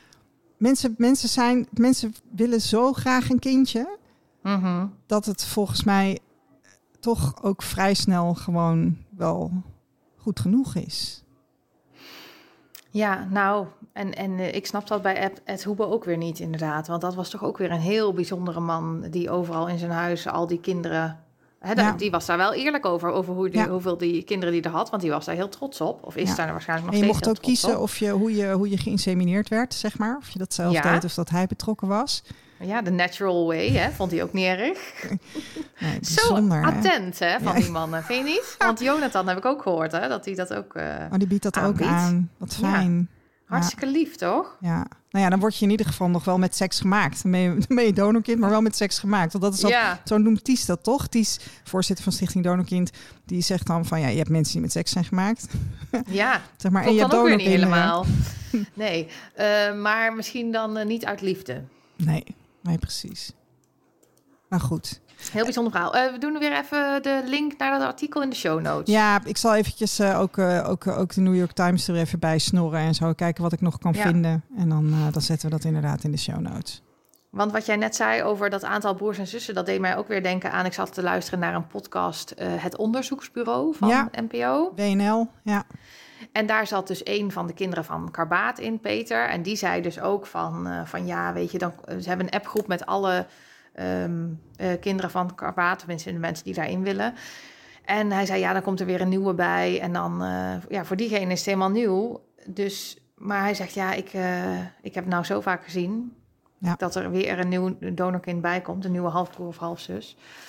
[SPEAKER 2] mensen willen zo graag een kindje. Mm-hmm. Dat het volgens mij toch ook vrij snel gewoon wel goed genoeg is.
[SPEAKER 1] Ja, nou, en ik snap dat bij Ed Hoebe ook weer niet, inderdaad. Want dat was toch ook weer een heel bijzondere man die overal in zijn huis al die kinderen... Die was daar wel eerlijk over hoeveel die kinderen die er had. Want die was daar heel trots op. Of is daar waarschijnlijk nog
[SPEAKER 2] steeds
[SPEAKER 1] heel trots op.
[SPEAKER 2] En je mocht ook kiezen hoe je geïnsemineerd werd, zeg maar. Of je dat zelf deed of dat hij betrokken was.
[SPEAKER 1] Ja, de natural way, hè, vond hij ook niet erg.
[SPEAKER 2] Nee,
[SPEAKER 1] zo attent, hè, van die mannen, vind je niet? Want Jonathan heb ik ook gehoord, hè, dat hij dat ook
[SPEAKER 2] die biedt dat ook aan. Wat fijn.
[SPEAKER 1] Ja. Hartstikke lief, toch?
[SPEAKER 2] Ja. Nou ja, dan word je in ieder geval nog wel met seks gemaakt. Dan ben je donorkind, maar wel met seks gemaakt. Want dat is zo noemt Ties dat, toch? Ties, voorzitter van Stichting Donorkind, die zegt dan van, ja, je hebt mensen die met seks zijn gemaakt.
[SPEAKER 1] Ja,
[SPEAKER 2] zeg maar, en je hebt
[SPEAKER 1] dan ook weer niet helemaal. Nee, maar misschien dan niet uit liefde.
[SPEAKER 2] Nee, precies. Maar goed.
[SPEAKER 1] Heel bijzonder verhaal. We doen weer even de link naar dat artikel in de show notes.
[SPEAKER 2] Ja, ik zal eventjes ook de New York Times er even bij snorren en zo kijken wat ik nog kan vinden. En dan zetten we dat inderdaad in de show notes.
[SPEAKER 1] Want wat jij net zei over dat aantal broers en zussen, dat deed mij ook weer denken aan... Ik zat te luisteren naar een podcast, Het Onderzoeksbureau van NPO.
[SPEAKER 2] WNL, ja.
[SPEAKER 1] En daar zat dus een van de kinderen van Karbaat in, Peter. En die zei dus ook van ja, weet je, ze hebben een appgroep met alle... kinderen van Karbaat, tenminste de mensen die daarin willen. En hij zei, ja, dan komt er weer een nieuwe bij. En dan, voor diegene is het helemaal nieuw. Dus, maar hij zegt, ja, ik heb nou zo vaak gezien... dat er weer een nieuw donorkind bij komt, een nieuwe halfbroer of halfzus.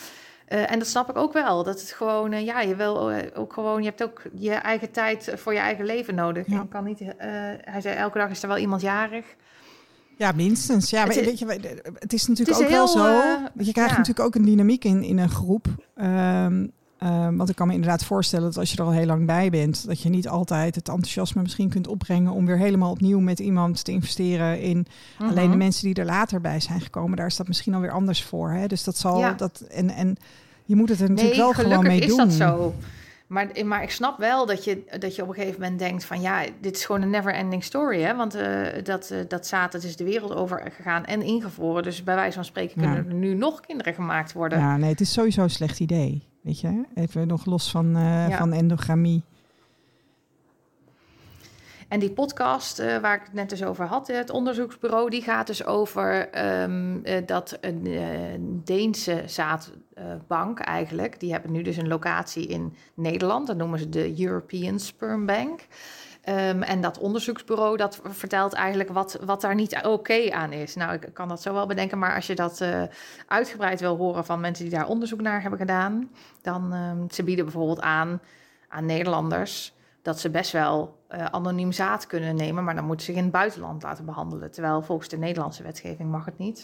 [SPEAKER 1] En dat snap ik ook wel. Dat het gewoon, je wil ook gewoon, je hebt ook je eigen tijd voor je eigen leven nodig.
[SPEAKER 2] Ja.
[SPEAKER 1] Je kan niet, hij zei, elke dag is er wel iemand jarig.
[SPEAKER 2] Ja, minstens. Ja, weet je, het is natuurlijk
[SPEAKER 1] het is
[SPEAKER 2] ook
[SPEAKER 1] heel,
[SPEAKER 2] wel zo. Je krijgt natuurlijk ook een dynamiek in een groep. Want ik kan me inderdaad voorstellen dat als je er al heel lang bij bent, dat je niet altijd het enthousiasme misschien kunt opbrengen om weer helemaal opnieuw met iemand te investeren in. Alleen de mensen die er later bij zijn gekomen, daar is dat misschien alweer anders voor. Hè? Dus dat zal dat en je moet het er natuurlijk wel gewoon mee doen.
[SPEAKER 1] Gelukkig is dat zo. Maar ik snap wel dat je op een gegeven moment denkt van dit is gewoon een never-ending story. Hè? Want dat zaad is de wereld over gegaan en ingevroren. Dus bij wijze van spreken kunnen er nu nog kinderen gemaakt worden.
[SPEAKER 2] Ja, nee, het is sowieso een slecht idee. Weet je, even nog los van endogamie. En
[SPEAKER 1] die podcast waar ik het net dus over had, het onderzoeksbureau, die gaat dus over dat een Deense zaadbank eigenlijk, die hebben nu dus een locatie in Nederland, dat noemen ze de European Sperm Bank. En dat onderzoeksbureau, dat vertelt eigenlijk wat daar niet oké aan is. Nou, ik kan dat zo wel bedenken, maar als je dat uitgebreid wil horen van mensen die daar onderzoek naar hebben gedaan, dan ze bieden bijvoorbeeld aan Nederlanders dat ze best wel anoniem zaad kunnen nemen, maar dan moeten ze zich in het buitenland laten behandelen. Terwijl volgens de Nederlandse wetgeving mag het niet.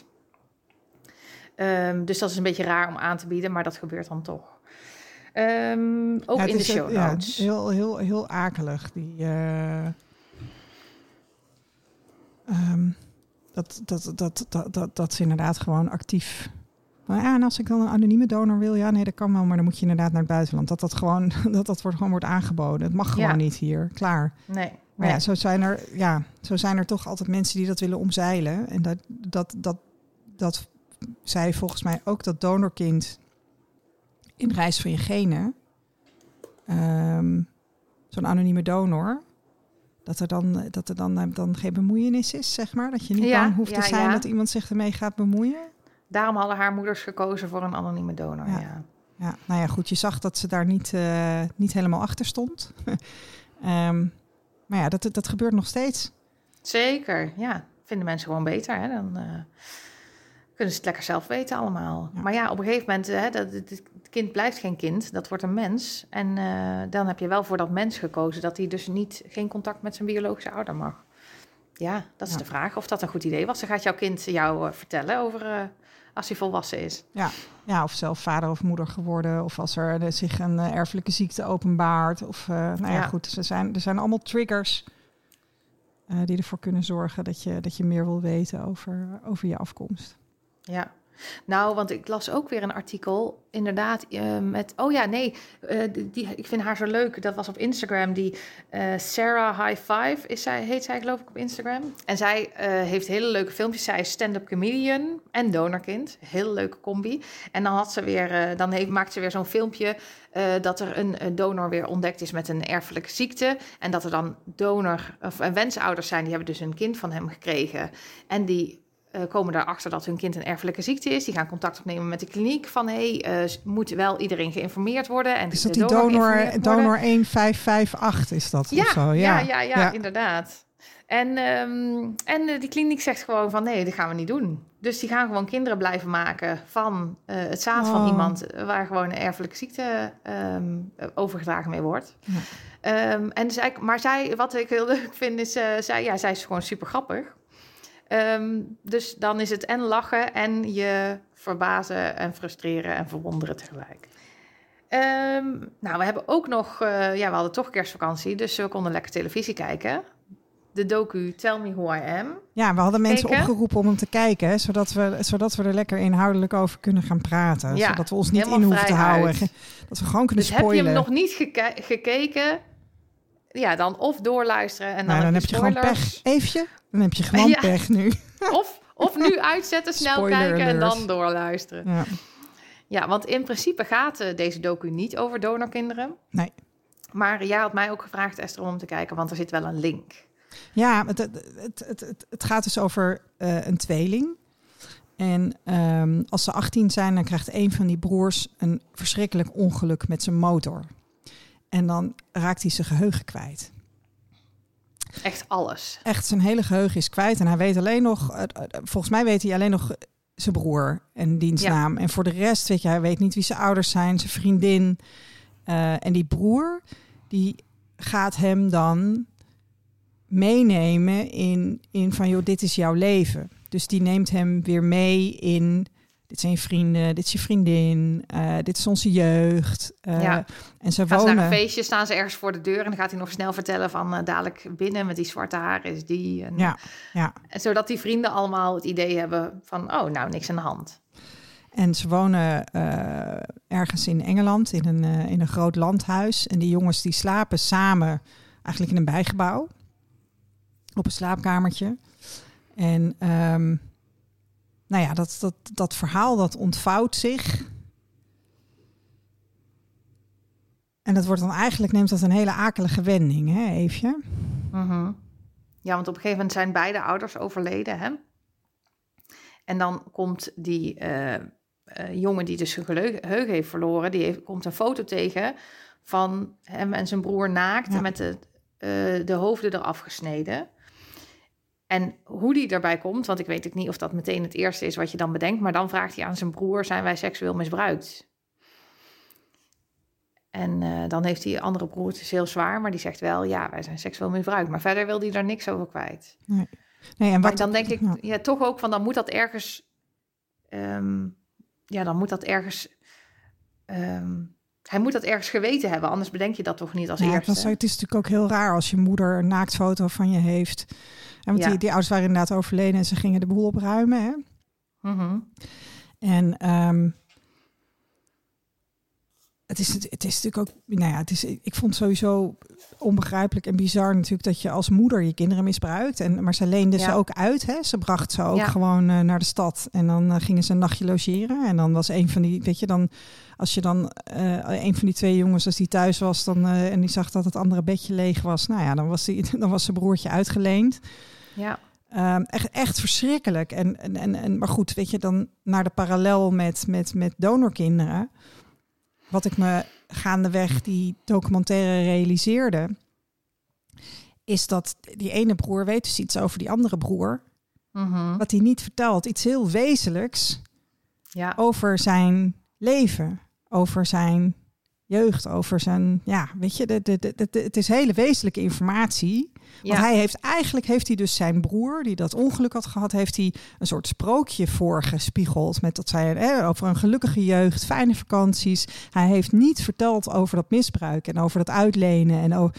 [SPEAKER 1] Dus dat is een beetje raar om aan te bieden, maar dat gebeurt dan toch. Ook in de show notes.
[SPEAKER 2] Ja, heel akelig. Dat is inderdaad gewoon actief. Maar en als ik dan een anonieme donor wil, dat kan wel, maar dan moet je inderdaad naar het buitenland. Dat wordt aangeboden. Het mag gewoon niet hier. Klaar.
[SPEAKER 1] Nee.
[SPEAKER 2] Maar zo zijn er toch altijd mensen die dat willen omzeilen. En dat zei volgens mij ook dat donorkind in de reis van je genen, zo'n anonieme donor, dat er dan geen bemoeienis is, zeg maar. Dat je niet bang hoeft te zijn dat iemand zich ermee gaat bemoeien.
[SPEAKER 1] Daarom hadden haar moeders gekozen voor een anonieme donor,
[SPEAKER 2] Ja, nou ja, goed. Je zag dat ze daar niet helemaal achter stond. Maar ja, dat gebeurt nog steeds.
[SPEAKER 1] Zeker, ja. Vinden mensen gewoon beter, hè? Dan kunnen ze het lekker zelf weten allemaal. Ja. Maar ja, op een gegeven moment, het kind blijft geen kind. Dat wordt een mens. En dan heb je wel voor dat mens gekozen dat hij dus geen contact met zijn biologische ouder mag. Ja, dat is de vraag of dat een goed idee was. Dan gaat jouw kind jou vertellen over als hij volwassen is.
[SPEAKER 2] Ja, of zelf vader of moeder geworden. Of als er zich een erfelijke ziekte openbaart. Of goed, er zijn allemaal triggers die ervoor kunnen zorgen dat je meer wil weten over je afkomst.
[SPEAKER 1] Ja. Nou, want ik las ook weer een artikel, inderdaad, met... ik vind haar zo leuk. Dat was op Instagram, die Sarah High Five, heet zij geloof ik op Instagram. En zij heeft hele leuke filmpjes. Zij is stand-up comedian en donorkind. Hele leuke combi. En dan had ze weer, maakt ze weer zo'n filmpje dat er een donor weer ontdekt is met een erfelijke ziekte. En dat er dan wensouders zijn, die hebben dus een kind van hem gekregen. En die komen daarachter dat hun kind een erfelijke ziekte is. Die gaan contact opnemen met de kliniek van moet wel iedereen geïnformeerd worden. En
[SPEAKER 2] is dat die donor 1558 is dat?
[SPEAKER 1] Ja,
[SPEAKER 2] of zo?
[SPEAKER 1] Ja, inderdaad. En die kliniek zegt gewoon van nee, dat gaan we niet doen. Dus die gaan gewoon kinderen blijven maken van het zaad van iemand waar gewoon een erfelijke ziekte overgedragen mee wordt. Ja. Wat ik heel leuk vind is, zij is gewoon super grappig. Dus dan is het en lachen en je verbazen en frustreren en verwonderen tegelijk. We hebben ook nog... we hadden toch kerstvakantie, dus we konden lekker televisie kijken. De docu Tell Me Who I Am.
[SPEAKER 2] Ja, we hadden mensen opgeroepen om hem te kijken, zodat we er lekker inhoudelijk over kunnen gaan praten. Ja, zodat we ons niet in hoeven te houden. Dat we gewoon kunnen spoilen.
[SPEAKER 1] Dus heb je hem nog niet gekeken... Ja, dan of doorluisteren en dan heb je
[SPEAKER 2] gewoon pech. Eventje, dan heb je gewoon pech nu.
[SPEAKER 1] Of nu uitzetten, snel
[SPEAKER 2] Spoiler
[SPEAKER 1] kijken
[SPEAKER 2] alert.
[SPEAKER 1] En dan doorluisteren. Ja, want in principe gaat deze docu niet over donorkinderen.
[SPEAKER 2] Nee.
[SPEAKER 1] Maar jij had mij ook gevraagd, Esther, om te kijken, want er zit wel een link.
[SPEAKER 2] Ja, het gaat dus over een tweeling. En als ze 18 zijn, dan krijgt een van die broers een verschrikkelijk ongeluk met zijn motor. En dan raakt hij zijn geheugen kwijt.
[SPEAKER 1] Echt alles.
[SPEAKER 2] Echt, zijn hele geheugen is kwijt. En hij weet alleen nog... volgens mij weet hij alleen nog zijn broer en dienstnaam. Ja. En voor de rest, weet je, hij weet niet wie zijn ouders zijn, zijn vriendin. En die broer, die gaat hem dan meenemen in van, joh, dit is jouw leven. Dus die neemt hem weer mee in, dit zijn je vrienden, dit is je vriendin, dit is onze jeugd. En ze wonen...
[SPEAKER 1] naar een feestje, staan ze ergens voor de deur en dan gaat hij nog snel vertellen van dadelijk binnen met die zwarte haar is die. En zodat die vrienden allemaal het idee hebben van, oh, nou, niks aan de hand.
[SPEAKER 2] En ze wonen ergens in Engeland in een groot landhuis. En die jongens die slapen samen eigenlijk in een bijgebouw. Op een slaapkamertje. En dat verhaal dat ontvouwt zich. En dat wordt dan eigenlijk, neemt dat een hele akelige wending, hè, Eefje?
[SPEAKER 1] Mm-hmm. Ja, want op een gegeven moment zijn beide ouders overleden, hè? En dan komt die jongen die dus zijn geheugen heeft verloren, komt een foto tegen van hem en zijn broer naakt en met de hoofden eraf gesneden. En hoe die erbij komt, want ik weet ook niet of dat meteen het eerste is wat je dan bedenkt, maar dan vraagt hij aan zijn broer, zijn wij seksueel misbruikt? En dan heeft die andere broer, het is heel zwaar, maar die zegt wel, ja, wij zijn seksueel misbruikt. Maar verder wil hij daar niks over kwijt.
[SPEAKER 2] Nee, en
[SPEAKER 1] maar dan denk ik, toch ook van, dan moet dat ergens... hij moet dat ergens geweten hebben, anders bedenk je dat toch niet als eerste.
[SPEAKER 2] Het is natuurlijk ook heel raar als je moeder een naaktfoto van je heeft. En want die ouders waren inderdaad overleden en ze gingen de boel opruimen. Hè?
[SPEAKER 1] Mm-hmm.
[SPEAKER 2] En het is natuurlijk ook, ik vond het sowieso onbegrijpelijk en bizar natuurlijk dat je als moeder je kinderen misbruikt. Maar ze leende ze ook uit. Hè? Ze bracht ze ook gewoon naar de stad en dan gingen ze een nachtje logeren. En dan was een van die, weet je, dan als je dan een van die twee jongens, als die thuis was dan en die zag dat het andere bedje leeg was, dan was zijn broertje uitgeleend.
[SPEAKER 1] Ja.
[SPEAKER 2] Echt verschrikkelijk. Maar goed, weet je, dan naar de parallel met donorkinderen. Wat ik me gaandeweg die documentaire realiseerde, is dat die ene broer weet dus iets over die andere broer.
[SPEAKER 1] Mm-hmm.
[SPEAKER 2] Wat hij niet vertelt. Iets heel wezenlijks over zijn leven, over zijn jeugd, over zijn... Ja, weet je, het is hele wezenlijke informatie. Want heeft hij dus zijn broer, die dat ongeluk had gehad, heeft hij een soort sprookje voorgespiegeld met dat zij over een gelukkige jeugd, fijne vakanties. Hij heeft niet verteld over dat misbruik en over dat uitlenen en over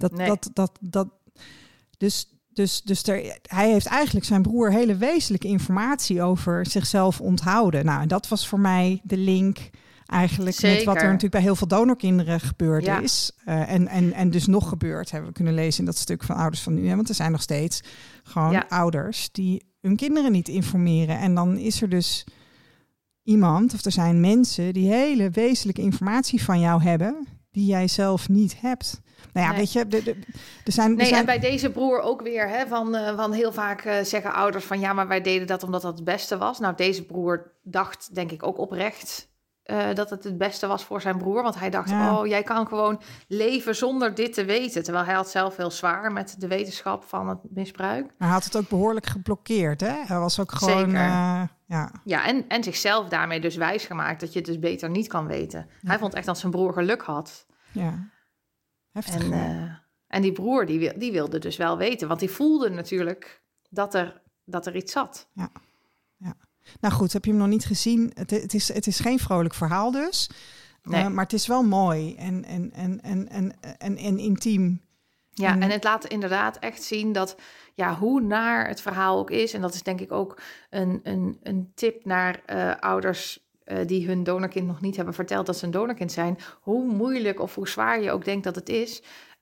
[SPEAKER 2] hij heeft eigenlijk zijn broer hele wezenlijke informatie over zichzelf onthouden. Nou, en dat was voor mij de link eigenlijk met wat er natuurlijk bij heel veel donorkinderen gebeurd is. En dus nog gebeurt, hebben we kunnen lezen in dat stuk van Ouders van Nu. Want er zijn nog steeds gewoon ouders die hun kinderen niet informeren. En dan is er dus iemand, of er zijn mensen die hele wezenlijke informatie van jou hebben, die jij zelf niet hebt. Nou ja, weet je, er zijn...
[SPEAKER 1] En bij deze broer ook weer, hè, van heel vaak zeggen ouders van, ja, maar wij deden dat omdat dat het beste was. Nou, deze broer dacht, denk ik, ook oprecht dat het beste was voor zijn broer. Want hij dacht, jij kan gewoon leven zonder dit te weten. Terwijl hij had zelf heel zwaar met de wetenschap van het misbruik.
[SPEAKER 2] Hij had het ook behoorlijk geblokkeerd, hè? Hij was ook gewoon...
[SPEAKER 1] en zichzelf daarmee dus wijsgemaakt dat je het dus beter niet kan weten. Ja. Hij vond echt dat zijn broer geluk had.
[SPEAKER 2] Ja, heftig.
[SPEAKER 1] En die broer, die wilde dus wel weten. Want die voelde natuurlijk dat er iets zat.
[SPEAKER 2] Ja. Nou goed, heb je hem nog niet gezien? Het is geen vrolijk verhaal dus. Nee. Maar het is wel mooi en intiem.
[SPEAKER 1] Ja, en het laat inderdaad echt zien dat hoe naar het verhaal ook is. En dat is denk ik ook een tip naar ouders die hun donorkind nog niet hebben verteld dat ze een donorkind zijn. Hoe moeilijk of hoe zwaar je ook denkt dat het is.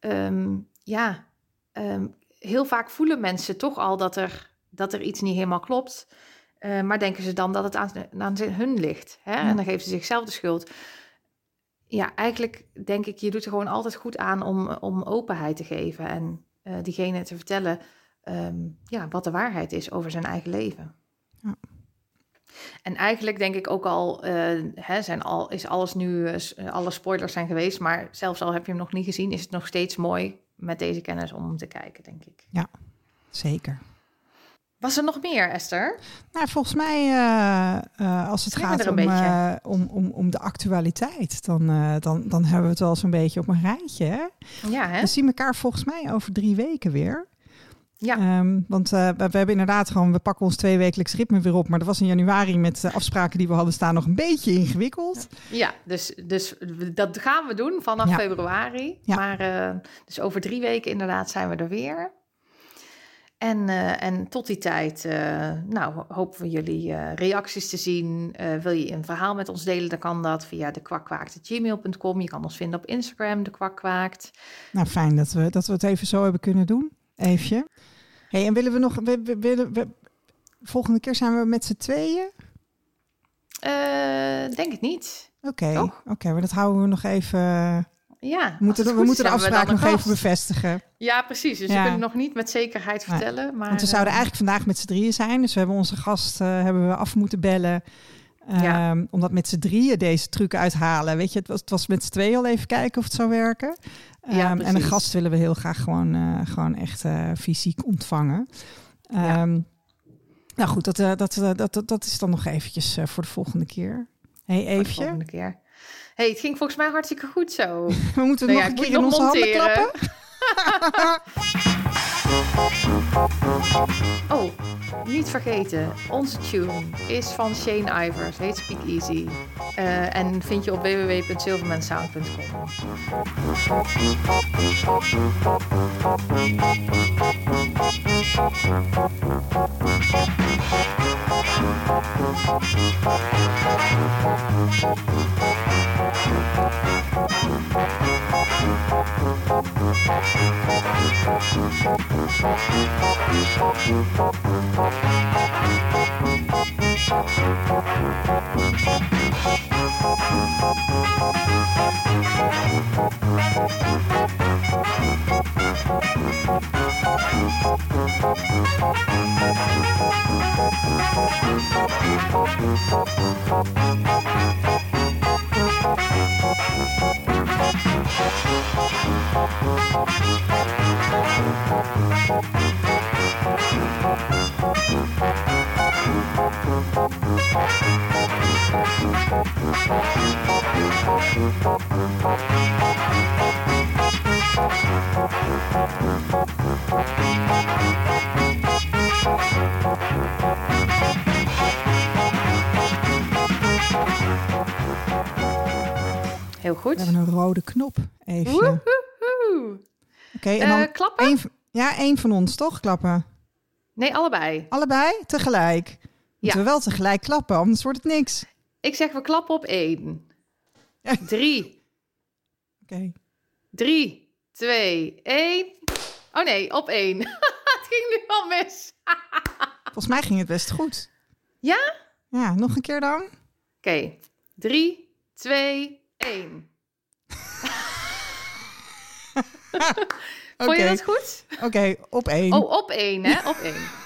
[SPEAKER 1] Heel vaak voelen mensen toch al dat er iets niet helemaal klopt. Maar denken ze dan dat het aan hun ligt. Hè? Ja. En dan geven ze zichzelf de schuld. Ja, eigenlijk denk ik, je doet er gewoon altijd goed aan om openheid te geven. En diegene te vertellen wat de waarheid is over zijn eigen leven. Ja. En eigenlijk denk ik ook al, is alles nu, alle spoilers zijn geweest. Maar zelfs al heb je hem nog niet gezien, is het nog steeds mooi met deze kennis om te kijken, denk ik.
[SPEAKER 2] Ja, zeker.
[SPEAKER 1] Was er nog meer, Esther?
[SPEAKER 2] Nou, volgens mij, als het
[SPEAKER 1] Zijn
[SPEAKER 2] gaat
[SPEAKER 1] we er een
[SPEAKER 2] om de actualiteit, dan hebben we het wel zo'n beetje op een rijtje. Hè?
[SPEAKER 1] Ja, hè?
[SPEAKER 2] We zien elkaar volgens mij over 3 weken weer.
[SPEAKER 1] Ja.
[SPEAKER 2] Want we hebben inderdaad gewoon, we pakken ons 2-wekelijks ritme weer op. Maar dat was in januari met de afspraken die we hadden staan nog een beetje ingewikkeld.
[SPEAKER 1] Ja, dus dat gaan we doen vanaf februari.
[SPEAKER 2] Ja.
[SPEAKER 1] Maar dus over 3 weken inderdaad zijn we er weer. En tot die tijd hopen we jullie reacties te zien. Wil je een verhaal met ons delen, dan kan dat via dekwakwaakt@gmail.com. Je kan ons vinden op Instagram, dekwakwaakt.
[SPEAKER 2] Nou, fijn dat we het even zo hebben kunnen doen. Even. Hey, en willen we nog... volgende keer zijn we met z'n tweeën?
[SPEAKER 1] Denk het niet.
[SPEAKER 2] Oké, maar dat houden we nog even...
[SPEAKER 1] Ja,
[SPEAKER 2] we moeten de afspraak nog even bevestigen.
[SPEAKER 1] Ja, precies. Dus we kunnen het nog niet met zekerheid vertellen. Maar,
[SPEAKER 2] want we zouden eigenlijk vandaag met z'n drieën zijn. Dus we hebben onze gast hebben we af moeten bellen. Omdat met z'n drieën deze truc uithalen. Weet je, het was met z'n tweeën al even kijken of het zou werken. En een gast willen we heel graag gewoon echt fysiek ontvangen. Nou goed, dat is dan nog eventjes voor de volgende keer. Hey, Eefje.
[SPEAKER 1] De volgende keer. Hey, het ging volgens mij hartstikke goed zo.
[SPEAKER 2] We moeten het nog een keer in onze handen klappen.
[SPEAKER 1] Oh, niet vergeten. Onze tune is van Shane Ivers. Heet Speak Easy. En vind je op www.silvermansound.com. Heel goed.
[SPEAKER 2] We hebben een rode knop. Even. Oké, en dan
[SPEAKER 1] klappen?
[SPEAKER 2] Één van ons, toch? Klappen?
[SPEAKER 1] Nee, allebei.
[SPEAKER 2] Allebei? Tegelijk? Moeten we wel tegelijk klappen, anders wordt het niks.
[SPEAKER 1] Ik zeg, we klappen op 1. 3.
[SPEAKER 2] Oké.
[SPEAKER 1] 3, 2, 1. Oh nee, op 1. Het ging nu al mis.
[SPEAKER 2] Volgens mij ging het best goed.
[SPEAKER 1] Ja?
[SPEAKER 2] Ja, nog een keer dan.
[SPEAKER 1] Oké. 3, 2, 1. Vond je dat goed?
[SPEAKER 2] Oké, op 1.
[SPEAKER 1] Oh, op 1, hè? Op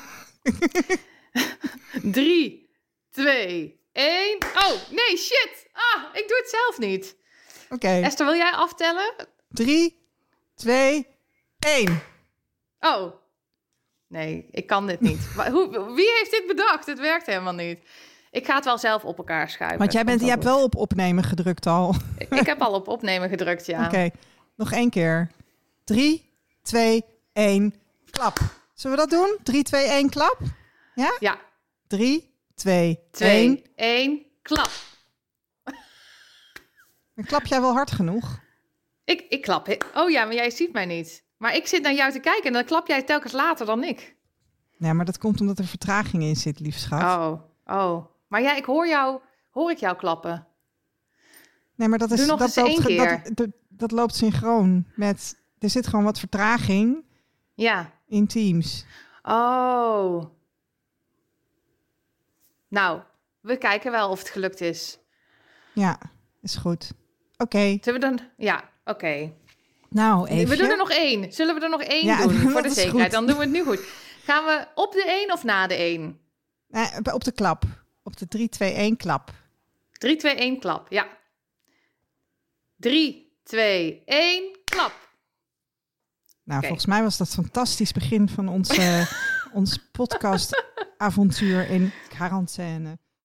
[SPEAKER 1] 1. 3, 2, 1. Oh, nee, shit. Ik doe het zelf niet.
[SPEAKER 2] Oké.
[SPEAKER 1] Esther, wil jij aftellen?
[SPEAKER 2] 3, 2, 1.
[SPEAKER 1] Oh. Nee, ik kan dit niet. Wie heeft dit bedacht? Het werkt helemaal niet. Ik ga het wel zelf op elkaar schuiven.
[SPEAKER 2] Want jij hebt wel op opnemen gedrukt al.
[SPEAKER 1] Ik heb al op opnemen gedrukt, ja.
[SPEAKER 2] Oké, nog 1 keer. 3, 2, 1, klap. Zullen we dat doen? 3, 2, 1, klap? Ja?
[SPEAKER 1] Ja.
[SPEAKER 2] 3, 2, 1,
[SPEAKER 1] klap.
[SPEAKER 2] Dan klap jij wel hard genoeg?
[SPEAKER 1] Ik klap. Oh ja, maar jij ziet mij niet. Maar ik zit naar jou te kijken en dan klap jij telkens later dan ik.
[SPEAKER 2] Nee, maar dat komt omdat er vertraging in zit, lief schat.
[SPEAKER 1] Oh. Maar ja, hoor ik jou klappen?
[SPEAKER 2] Nee, maar dat is...
[SPEAKER 1] Doe nog eens 1 keer.
[SPEAKER 2] Dat loopt synchroon met... Er zit gewoon wat vertraging in Teams.
[SPEAKER 1] Oh. Nou, we kijken wel of het gelukt is.
[SPEAKER 2] Ja, is goed. Oké.
[SPEAKER 1] Zullen we dan... Ja, oké.
[SPEAKER 2] Nou, even.
[SPEAKER 1] We doen er nog 1. Zullen we er nog 1 doen voor de zekerheid?
[SPEAKER 2] Goed.
[SPEAKER 1] Dan doen we het nu goed. Gaan we op de 1 of na de 1?
[SPEAKER 2] Op de klap. Op de 3, 2, 1 klap.
[SPEAKER 1] 3, 2, 1 klap, ja. 3, 2, 1 klap.
[SPEAKER 2] Nou, volgens mij was dat een fantastisch begin van ons podcastavontuur in quarantaine.